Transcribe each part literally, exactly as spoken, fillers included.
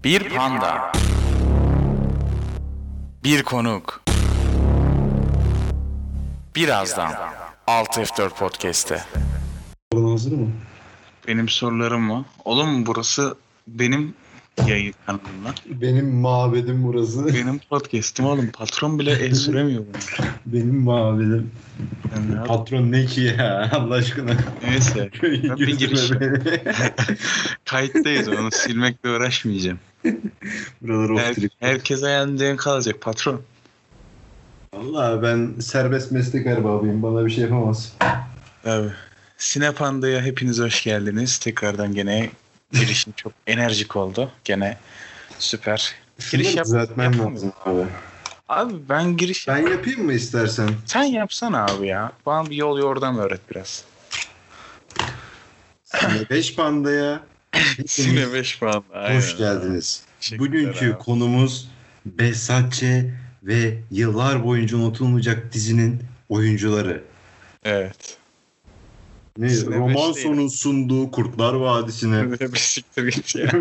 Bir panda. Bir konuk. Birazdan Alt F dört Podcast'te. Hazır mı? Benim sorularım mı? Oğlum burası benim yayın kanalım lan. Benim mabedim burası. Benim podcast'im oğlum. Patron bile el süremiyor bunu. Benim mabedim. Yani Patron ne ki ya Allah aşkına. neyse. Ben bir giriş beni. Kayıttayız, onu silmekle uğraşmayacağım. Buraları Her, off trip. herkese ayağından kalacak patron. Valla ben serbest meslek erbabıyım. Bana bir şey yapamaz. Abi. Sinepanda'ya hepiniz hoş geldiniz. Tekrardan gene girişim çok enerjik oldu. Gene süper. Giriş yap, düzeltmem yapamıyorum. lazım abi. Abi ben giriş Ben yapayım mı istersen? Sen yapsana abi ya. Bana bir yol yordam öğret biraz. Sine beş Panda'ya Sine beş puan. Aynen. hoş geldiniz. Teşekkürler Bugünkü abi. konumuz Behzat Ç. ve yıllar boyunca unutulmayacak dizinin oyuncuları. Evet. Ne? Sine Roman beş değil. Son'un sunduğu Kurtlar Vadisi'ne. Bir siktir git ya.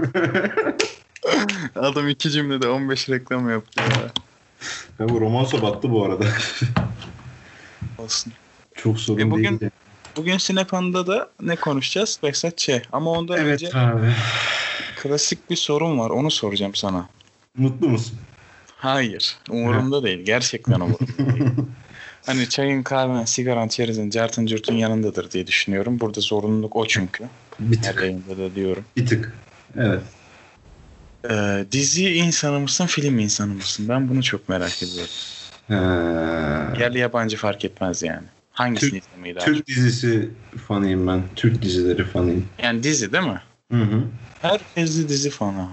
Adam iki cümlede on beş reklam yaptı ya. Ya bu romansa battı bu arada. Olsun. Çok sorun E bugün- değildi. Bugün Sinepanda'da ne konuşacağız? Behzat Ç. Ama ondan önce Evet abi. klasik bir sorun var. Onu soracağım sana. Mutlu musun? Hayır. Umurumda değil. Gerçekten umurumda değil. Hani çayın, kahven, sigaran, çerezin, cartın, curtun yanındadır diye düşünüyorum. Burada zorunluluk o çünkü. Bir Her tık. yayında da diyorum. Bir tık. Evet. Ee, dizi insanı mısın, film insanı mısın? Ben bunu çok merak ediyorum. Ha. Yerli yabancı fark etmez yani. Hangisini Türk- izlemeyi daha çok? Türk dizisi fanıyım ben. Türk dizileri fanıyım. Yani dizi değil mi? Hı hı. Herkes de dizi fanı.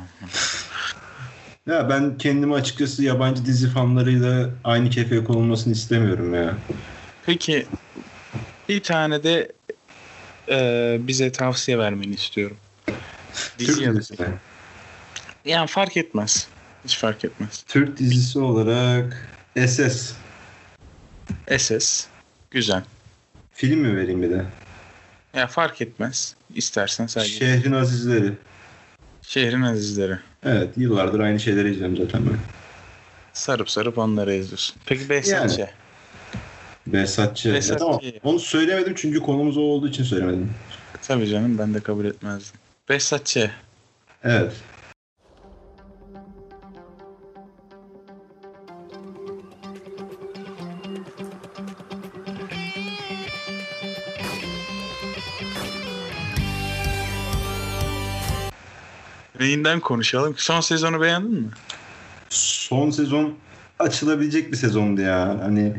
Ya ben kendimi açıkçası yabancı dizi fanlarıyla aynı kefeye konulmasını istemiyorum ya. Peki bir tane de e, bize tavsiye vermeni istiyorum. Dizi Türk ya da- dizisi mi? Yani fark etmez. Hiç fark etmez. Türk dizisi olarak S S. S S. Güzel. Film mi vereyim bir de? Ya fark etmez. İstersen sadece. Şehrin Azizleri. Şehrin Azizleri. Evet, yıllardır aynı şeyleri izliyorum zaten ben. Sarıp sarıp onları izliyorsun. Peki Behzat Ç. Yani. Behzat Ç. Behzat Ya tamam. Ç. Onu söylemedim çünkü konumuz o olduğu için söylemedim. Tabii canım, ben de kabul etmezdim. Behzat Ç. Evet. Neyinden konuşalım? Son sezonu beğendin mi? Son sezon açılabilecek bir sezondu ya. Hani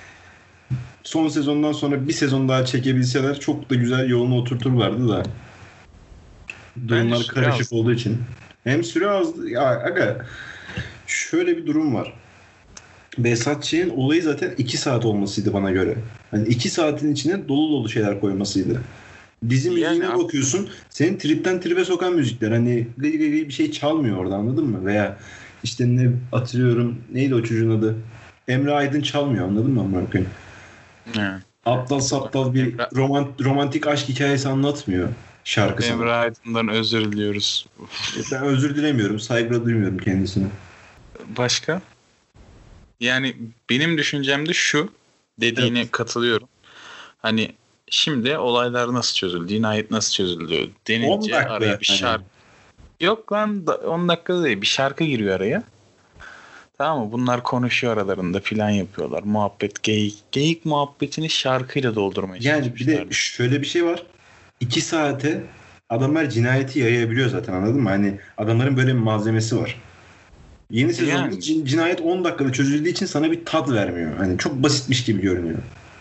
son sezondan sonra bir sezon daha çekebilseler çok da güzel yolunu oturturlardı da. Durumlar süre karışık azdı. olduğu için. Hem süre azdı. Ya aga şöyle bir durum var. Behzat Ç'nin olayı zaten iki saat olmasıydı bana göre. Hani iki saatin içine dolu dolu şeyler koymasıydı. Dizi Yani müziğine abi- bakıyorsun. Senin tripten tribe sokan müzikler. Hani gıy gıy gıy bir şey çalmıyor orada, anladın mı? Veya işte ne hatırlıyorum. Neydi o çocuğun adı? Emre Aydın çalmıyor, anladın mı amına koyayım? He. Aptal saptal bir Emre- romant, romantik aşk hikayesi anlatmıyor şarkı sana. Emre Aydın'dan özür diliyoruz. Ben özür dilemiyorum. Saygı duymuyorum kendisine. Başka? Yani benim düşüncem de şu. Dediğine katılıyorum. Hani şimdi olaylar nasıl çözüldü? Cinayet nasıl çözüldü? on Denince dakika araya bir hani. şarkı. Yok lan, da- on dakika değil. Bir şarkı giriyor araya. Tamam mı? Bunlar konuşuyor aralarında, plan yapıyorlar. Muhabbet, geyik. Geyik muhabbetini şarkıyla doldurmaya Yani bir çalışmışlar. de şöyle bir şey var. İki saate adamlar cinayeti yayabiliyor zaten, anladın mı? Hani adamların böyle bir malzemesi var. Yeni sezonda Yani. cin- cinayet on dakikada çözüldüğü için sana bir tat vermiyor. Hani çok basitmiş gibi görünüyor.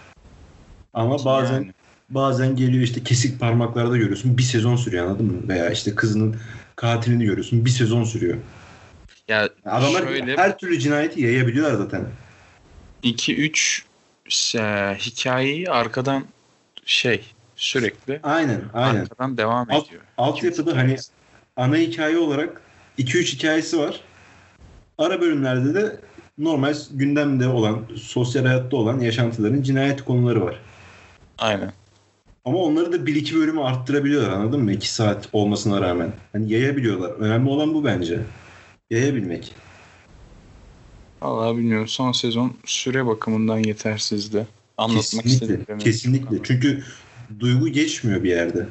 Ama bazen Yani. bazen geliyor işte kesik parmaklarda görüyorsun. Bir sezon sürüyor, anladın mı? Veya işte kızının katilini görüyorsun. Bir sezon sürüyor. Ya Adamlar şöyle her türlü cinayeti yayabiliyorlar zaten. iki üç hikayeyi arkadan şey sürekli Aynen, aynen. arkadan devam Alt- ediyor. altyapıda İki üç hani hikayesi. ana hikaye olarak iki üç hikayesi var. Ara bölümlerde de normal gündemde olan, sosyal hayatta olan yaşantıların cinayet konuları var. Aynen. Ama onları da bir iki bölümü arttırabiliyorlar, anladın mı? iki saat olmasına rağmen. Hani yayabiliyorlar. Önemli olan bu bence. Yayabilmek. Vallahi bilmiyorum. Son sezon süre bakımından yetersizdi. Anlatmak Kesinlikle. istediklerini. Kesinlikle. Çünkü duygu geçmiyor bir yerde.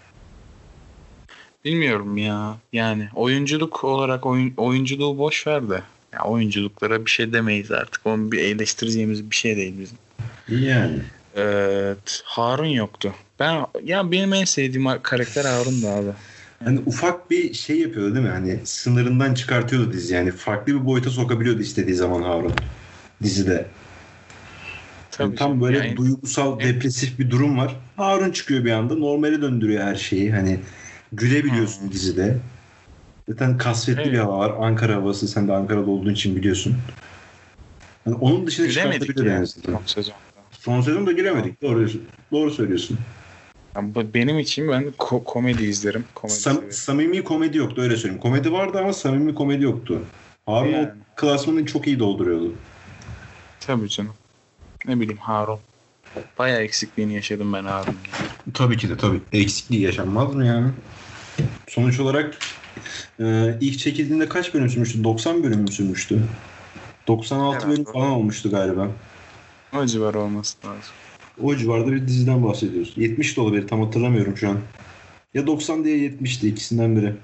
Bilmiyorum ya. Yani oyunculuk olarak oyun, oyunculuğu boş ver de. Ya oyunculuklara bir şey demeyiz artık. Onu bir eleştireceğimiz bir şey değil bizim. Yani. Evet, Harun yoktu. Ben ya benim en sevdiğim karakter Harun'du abi. Hani ufak bir şey yapıyordu değil mi? Hani sınırından çıkartıyordu dizi. Yani farklı bir boyuta sokabiliyordu istediği zaman Harun dizide. Tabii Yani tam canım. böyle Yani, duygusal, evet. depresif bir durum var. Harun çıkıyor bir anda. Normale döndürüyor her şeyi. Hani gülebiliyorsun Hmm. dizide. Zaten kasvetli bir Evet. hava var. Ankara havası. Sen de Ankara'da olduğun için biliyorsun. Yani onun dışına Gülemedik çıkartabiliyor en yani azından. son sezonda. Son sezonda gülemedik. Doğru, doğru söylüyorsun. Yani bu benim için ben ko- komedi izlerim. Komedi Sam- severim. samimi komedi yoktu, öyle söyleyeyim. Komedi vardı ama samimi komedi yoktu. Harun o Yani. klasmanı çok iyi dolduruyordu. Tabii canım. Ne bileyim Harun. Bayağı eksikliğini yaşadım ben Harun'un. Tabii ki de tabii. Eksikliği yaşanmaz mı yani? Sonuç olarak e, ilk çekildiğinde kaç bölüm sürmüştü? doksan bölüm mü sürmüştü? doksan altı Herhalde. bölüm falan olmuştu galiba. O civar olması lazım. O civarda bir diziden bahsediyoruz. yetmiş de olabilir, tam hatırlamıyorum şu an. Ya doksan diye yetmişti, ikisinden biri.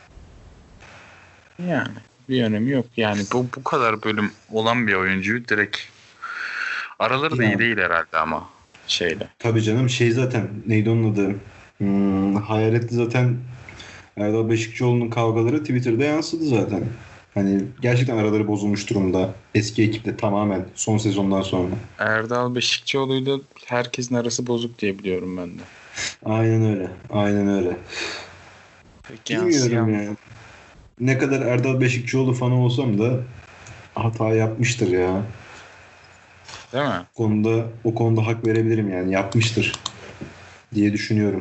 Yani bir önemi yok. Yani bu bu kadar bölüm olan bir oyuncuyu direkt araları da iyi Yani. değil herhalde ama şeyle. Tabii canım, şey zaten neydi onun adı? Hmm, Hayaletli zaten Erdal Beşikçioğlu'nun kavgaları Twitter'da yansıdı zaten. Hani gerçekten araları bozulmuş durumda. Eski ekiple tamamen son sezondan sonra. Erdal Beşikçioğlu'yla herkesin arası bozuk diye biliyorum ben de. Aynen öyle. Aynen öyle. Pek Bilmiyorum yansıyan yani. Ne kadar Erdal Beşikçioğlu fanı olsam da hata yapmıştır ya. değil mi? O konuda, o konuda hak verebilirim yani. Yapmıştır diye düşünüyorum.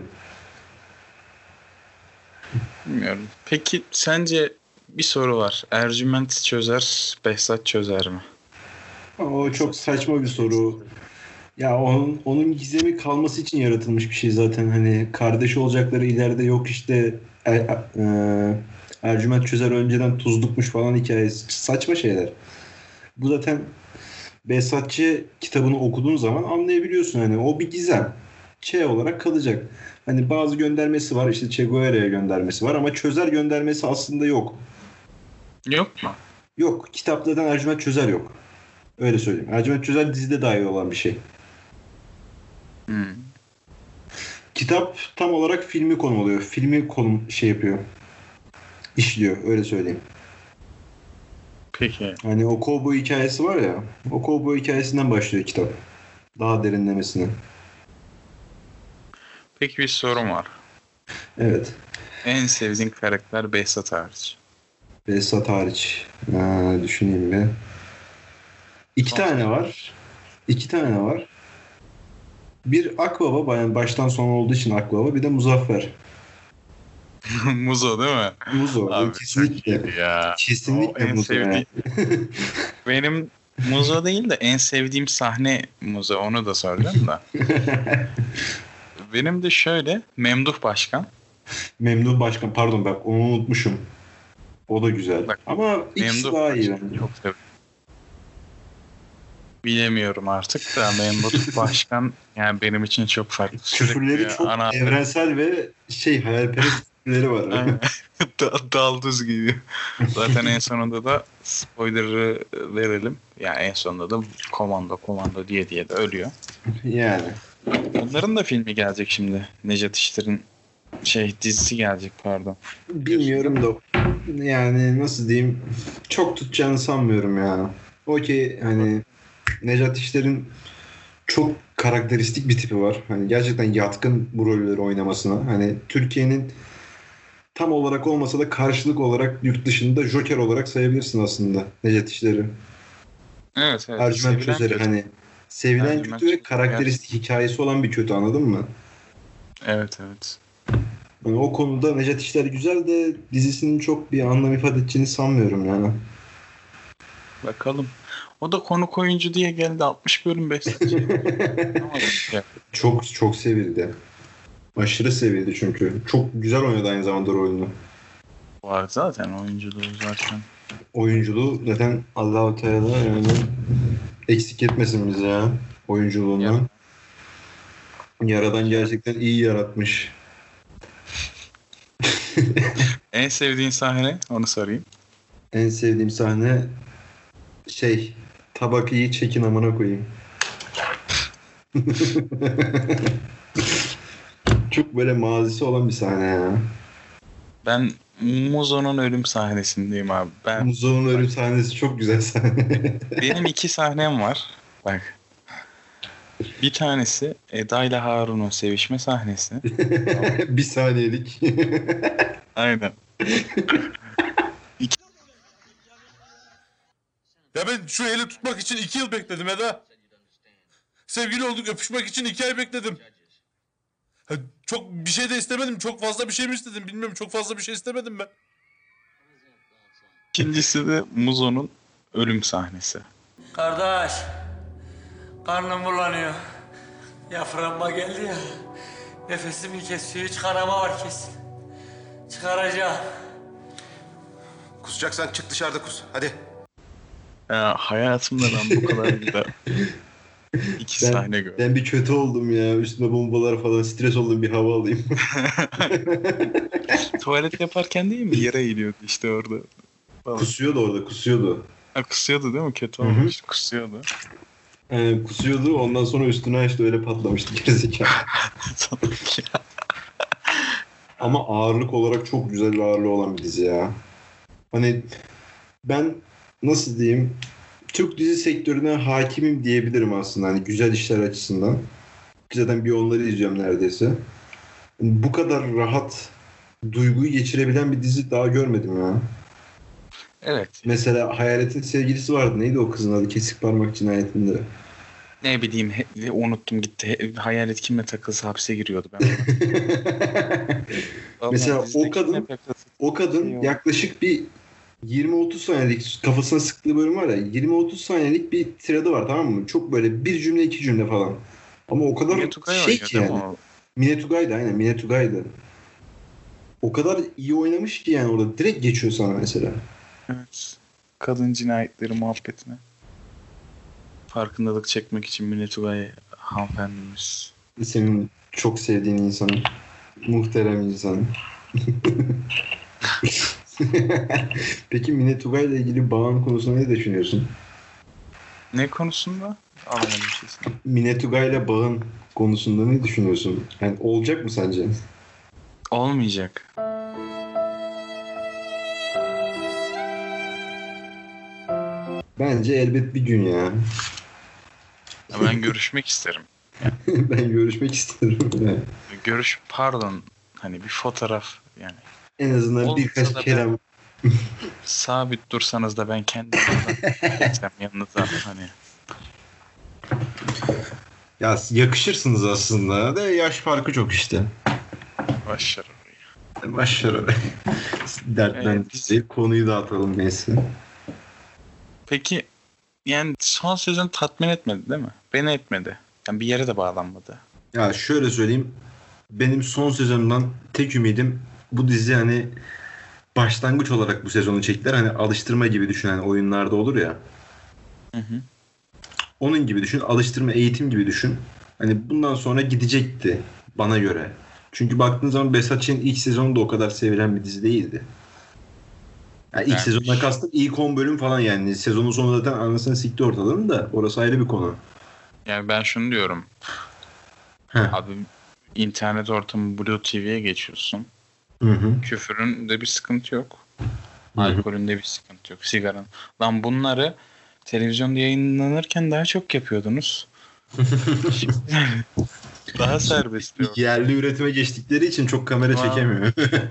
Bilmiyorum. Peki sence bir soru var. Ercüment çözer, Behzat çözer mi? O çok saçma bir soru. Ya onun, onun gizemi kalması için yaratılmış bir şey zaten. Hani kardeş olacakları ileride yok işte er, e, Ercüment Çözer önceden tuzlukmuş falan hikayesi. Saçma şeyler. Bu zaten Behzatçı kitabını okuduğun zaman anlayabiliyorsun. Hani o bir gizem. Şey olarak kalacak. Hani bazı göndermesi var, işte Che Guevara'ya göndermesi var ama Çözer göndermesi aslında yok. Yok mu? Yok. Kitapta zaten Ercüment Çözer yok. Öyle söyleyeyim. Ercüment Çözer dizide dahil olan bir şey. Hmm. Kitap tam olarak filmi konu oluyor. Filmi konu şey yapıyor. İşliyor, öyle söyleyeyim. Peki. Hani o kovboy hikayesi var ya. O kovboy hikayesinden başlıyor kitap. Daha derinlemesine. Peki bir sorum var. Evet. En sevdiğin karakter Behzat hariç. Behzat hariç. Ha, düşüneyim bir. İki Son tane sezon. var. İki tane var. Bir Akbaba, yani baştan sona olduğu için Akbaba. Bir de Muzaffer. Muzo değil mi? Muzo. Abi çok Kesinlikle. iyiydi ya. O Kesinlikle en Muzo yani. sevdiğim. Benim Muzo değil de en sevdiğim sahne Muzo. Onu da soracağım da. Benim de şöyle Memduh Başkan. Memduh Başkan. Pardon bak, onu unutmuşum. O da güzel. Bak, Ama ikisi Memduh daha iyi Başkan bence. çok seviyorum. Bilemiyorum artık da Memduh Başkan yani benim için çok farklı. Küfürleri Sürekli çok ana evrensel ve şey, hayalperest küfürleri var. Aynen. Da- Daldız gibi. Zaten en sonunda da spoiler'ı verelim. Yani en sonunda da komando komando diye diye de ölüyor. Yani. Onların da filmi gelecek şimdi. Nejat İşler'in şey dizisi gelecek pardon. Bilmiyorum da yani nasıl diyeyim, çok tutacağını sanmıyorum ya. O ki hani Nejat İşler'in çok karakteristik bir tipi var. Hani gerçekten yatkın bu rolleri oynamasına. Hani Türkiye'nin tam olarak olmasa da karşılık olarak yurt dışında Joker olarak sayabilirsin aslında Nejat İşler'i. Evet evet. Ercüment Sevilen Çözer'i kötü. hani sevilen Ercüment kötü ve Çözer karakteristik hikayesi olan bir kötü, anladın mı? Evet evet. Yani o konuda Nejat İşler güzel de dizisinin çok bir anlam ifade edeceğini sanmıyorum yani. Bakalım. O da konuk oyuncu diye geldi altmış bölüm Behzatçı. Ama ya, Çok çok sevildi. Aşırı seviyedi çünkü. Çok güzel oynadı aynı zamanda rolünü. Var zaten oyunculuğu zaten. Oyunculuğu zaten Allah-u Teala yani eksik etmesin bizi ya oyunculuğundan. Ya. Yaradan gerçekten iyi yaratmış. En sevdiğin sahne onu sorayım. En sevdiğim sahne şey tabak iyi çekin amına koyayım. Çok böyle mazisi olan bir sahne ya. Ben Muzo'nun ölüm sahnesindeyim abi. Ben Muzo'nun ölüm sahnesi çok güzel sahne. benim iki sahnem var. Bak. Bir tanesi Eda ile Harun'un sevişme sahnesi. Bir saniyelik. Aynen. Ya ben şu eli tutmak için iki yıl bekledim Eda. Sevgili olduk, öpüşmek için iki ay bekledim. Ha, çok bir şey de istemedim. Çok fazla bir şey mi istedim bilmiyorum. Çok fazla bir şey istemedim ben. İkincisi de Muzo'nun ölüm sahnesi. Kardeş, karnım bulanıyor. Yafrağıma geldi ya. Nefesimi kesiyor, hiç kanama var kesin. Çıkaracağım. Kusacaksan çık dışarıda kus. Hadi. Ya, hayatımda ben bu kadar güzel iki Ben, sahne gördüm. ben bir kötü oldum ya. Üstüme bombalar falan stres oldum bir hava alayım. Tuvalet yaparken değil mi? Yere eğiliyordu işte orada. Falan. Kusuyordu orada kusuyordu. Ha, kusuyordu değil mi? Kötü Hı hı. olmuş. Kusuyordu. Yani kusuyordu ondan sonra üstüne açtı öyle patlamıştı gerizekalı. Ama ağırlık olarak çok güzel bir ağırlığı olan bir dizi ya. Hani ben nasıl diyeyim Türk dizi sektörüne hakimim diyebilirim aslında. Hani güzel işler açısından. Zaten bir onları izliyorum neredeyse. Bu kadar rahat duyguyu geçirebilen bir dizi daha görmedim ya. Evet. Mesela Hayalet'in sevgilisi vardı. Neydi o kızın adı? Kesik parmak cinayetinde. Ne bileyim he- unuttum gitti. He- Hayalet kimle takılsa hapse giriyordu ben. Vallahi Mesela dizide o kadın- kimle takılsa- O kadın Yok. yaklaşık bir yirmi otuz saniyelik kafasına sıktığı bölüm var ya yirmi otuz saniyelik bir tiradı var tamam mı? Çok böyle bir cümle iki cümle falan. Ama o kadar Mine Tugay şey oynuyor ki değil mi yani. o? Mine Tugay'dı aynen Mine Tugay'dı. O kadar iyi oynamış ki yani orada direkt geçiyor sana mesela. Evet. Kadın cinayetleri muhabbetine. Farkındalık çekmek için Mine Tugay hanımefendimiz. Senin çok sevdiğin insanın. Muhterem insanın. Peki Mine Tugay'la ilgili bağın konusunda ne düşünüyorsun? Ne konusunda? Anlamadım sesini. Mine Tugay'la bağın konusunda ne düşünüyorsun? Yani olacak mı sence? Olmayacak. Bence elbet bir gün ya. Ya ben görüşmek isterim. Ben görüşmek isterim. Yani Görüş pardon hani bir fotoğraf yani en azından Olmasa birkaç da kelam. sabit dursanız da ben kendim geçsem yanınıza hani Ya yakışırsınız aslında. Da yaş farkı çok işte. başarı. Başarı. Dertten Evet. değil. Konuyu dağıtalım neyse. Peki yani son sezon tatmin etmedi değil mi? Beni etmedi. Yani bir yere de bağlanmadı. Ya şöyle söyleyeyim. Benim son sezonumdan tek ümidim bu dizi hani başlangıç olarak bu sezonu çektiler. Hani alıştırma gibi düşün. Hani oyunlarda olur ya. Hı hı. Onun gibi düşün. Alıştırma, eğitim gibi düşün. Hani bundan sonra gidecekti bana göre. Çünkü baktığın zaman Behzat Ç'nin ilk sezonu da o kadar sevilen bir dizi değildi. Yani ilk Vermiş. sezondan kastım ilk on bölüm falan yani. Sezonun sonu zaten anasını sikti ortalığın da. Orası ayrı bir konu. Yani ben şunu diyorum. Heh. Abi internet ortamı Blue T V'ye geçiyorsun. Hı hı. Küfürün de bir sıkıntı yok. Hı hı. Alkolün de bir sıkıntı yok. Sigaranın. Lan bunları televizyonda yayınlanırken daha çok yapıyordunuz. Şimdi daha serbest diyor. Yerli üretime geçtikleri için çok kamera Wow. çekemiyor.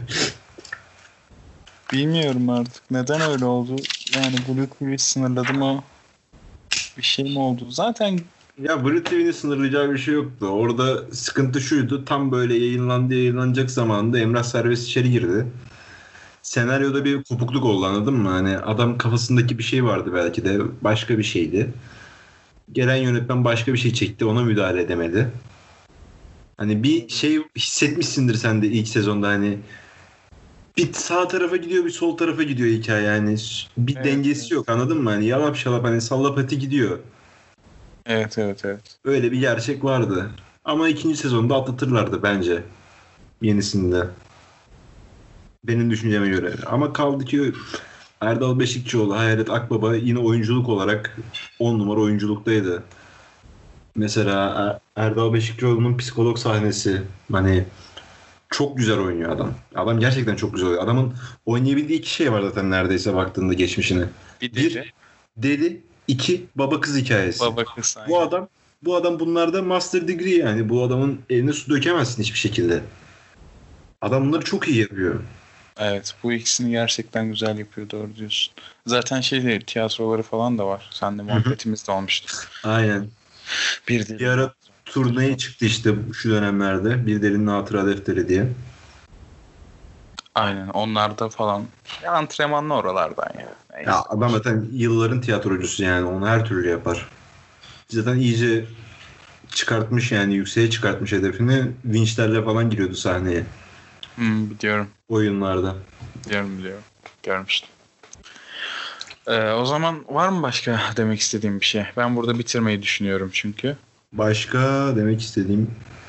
Bilmiyorum artık neden öyle oldu. Yani Blue T V sınırladı mı? Bir şey mi oldu? Zaten Ya Blue T V'nin sınırlayacağı bir şey yoktu. Orada sıkıntı şuydu. Tam böyle yayınlandı yayınlanacak zamanında Emrah Serbest içeri girdi. Senaryoda bir kopukluk oldu anladın mı? Hani adam kafasındaki bir şey vardı belki de. Başka bir şeydi. Gelen yönetmen başka bir şey çekti. Ona müdahale edemedi. Hani bir şey hissetmişsindir sen de ilk sezonda, hani bir sağ tarafa gidiyor bir sol tarafa gidiyor hikaye, yani bir Evet, dengesi evet. yok, anladın mı? Hani yalap şalap, hani sallapati gidiyor. Evet evet evet. Öyle bir gerçek vardı. Ama ikinci sezonda atlatırlardı bence. Yenisinde. Benim düşünceme göre. Ama kaldı ki Erdal Beşikçioğlu, Hayalet Akbaba yine oyunculuk olarak on numara oyunculuktaydı. Mesela Er- Erdal Beşikçioğlu'nun psikolog sahnesi, hani çok güzel oynuyor adam. Adam gerçekten çok güzel oynuyor. Adamın oynayabildiği iki şey var zaten neredeyse baktığında geçmişine. Bir Bir, deli. deli. iki baba kız hikayesi. Baba kız. Bu aynen. adam bu adam bunlarda master degree, yani bu adamın eline su dökemezsin hiçbir şekilde. Adam bunları çok iyi yapıyor. Evet, bu ikisini gerçekten güzel yapıyor, doğru diyorsun. Zaten şey değil, tiyatroları falan da var. Seninle muhabbetimiz de olmuştu. Aynen. Bir deli. Bir ara turneye çıktı işte şu dönemlerde. Bir Delinin Hatıra Defteri diye. Aynen, onlarda falan. Ya, antrenmanlı oralardan ya. Neyse. Ya adam zaten yılların tiyatrocusu, yani onu her türlü yapar. Zaten iyice çıkartmış, yani yükseğe çıkartmış hedefini. Vinçlerle falan giriyordu sahneye Hmm, biliyorum, oyunlarda. biliyorum, biliyorum. Görmüştüm. Ee, o zaman var mı başka demek istediğim bir şey? Ben burada bitirmeyi düşünüyorum çünkü. Başka demek istediğim,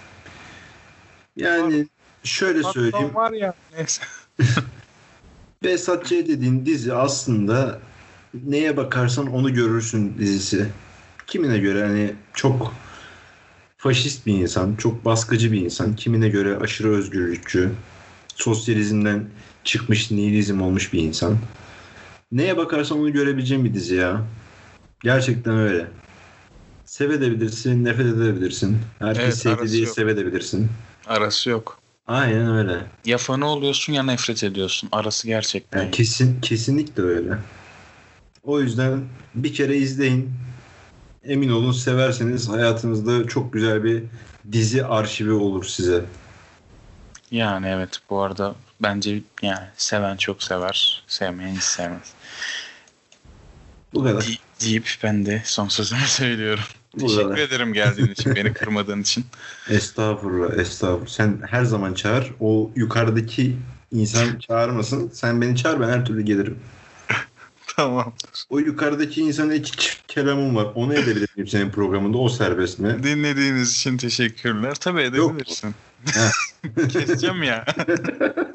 yani şöyle söyleyeyim. var ya. Neyse. Behzat Ç. dediğin dizi aslında neye bakarsan onu görürsün dizisi. Kimine göre hani çok faşist bir insan, çok baskıcı bir insan. Kimine göre aşırı özgürlükçü, sosyalizmden çıkmış, nihilizm olmuş bir insan. Neye bakarsan onu görebileceğin bir dizi ya. Gerçekten öyle. Sevebilirsin, nefret edebilirsin. Herkes Evet, sevdi arası diye yok. sevebilirsin. Arası yok. Aynen öyle. Ya fanı oluyorsun ya nefret ediyorsun. Arası gerçekten Yani yok. kesin kesinlikle öyle. O yüzden bir kere izleyin. Emin olun, severseniz hayatınızda çok güzel bir dizi arşivi olur size. Yani evet, bu arada bence yani seven çok sever. Sevmeyen hiç sevmez. Bu kadar. Di- deyip ben de son sözümü söylüyorum. Bu Teşekkür kadar. ederim geldiğin için, beni kırmadığın için. Estağfurullah, estağfurullah. Sen her zaman çağır. O yukarıdaki insan çağırmasın. Sen beni çağır, ben her türlü gelirim. Tamam. O yukarıdaki insana iki çift kelamım var. Onu edebilir miyim senin programında? O serbest mi? Dinlediğiniz için teşekkürler. Tabii Yok. edebilirsin. Ha. Keseceğim ya.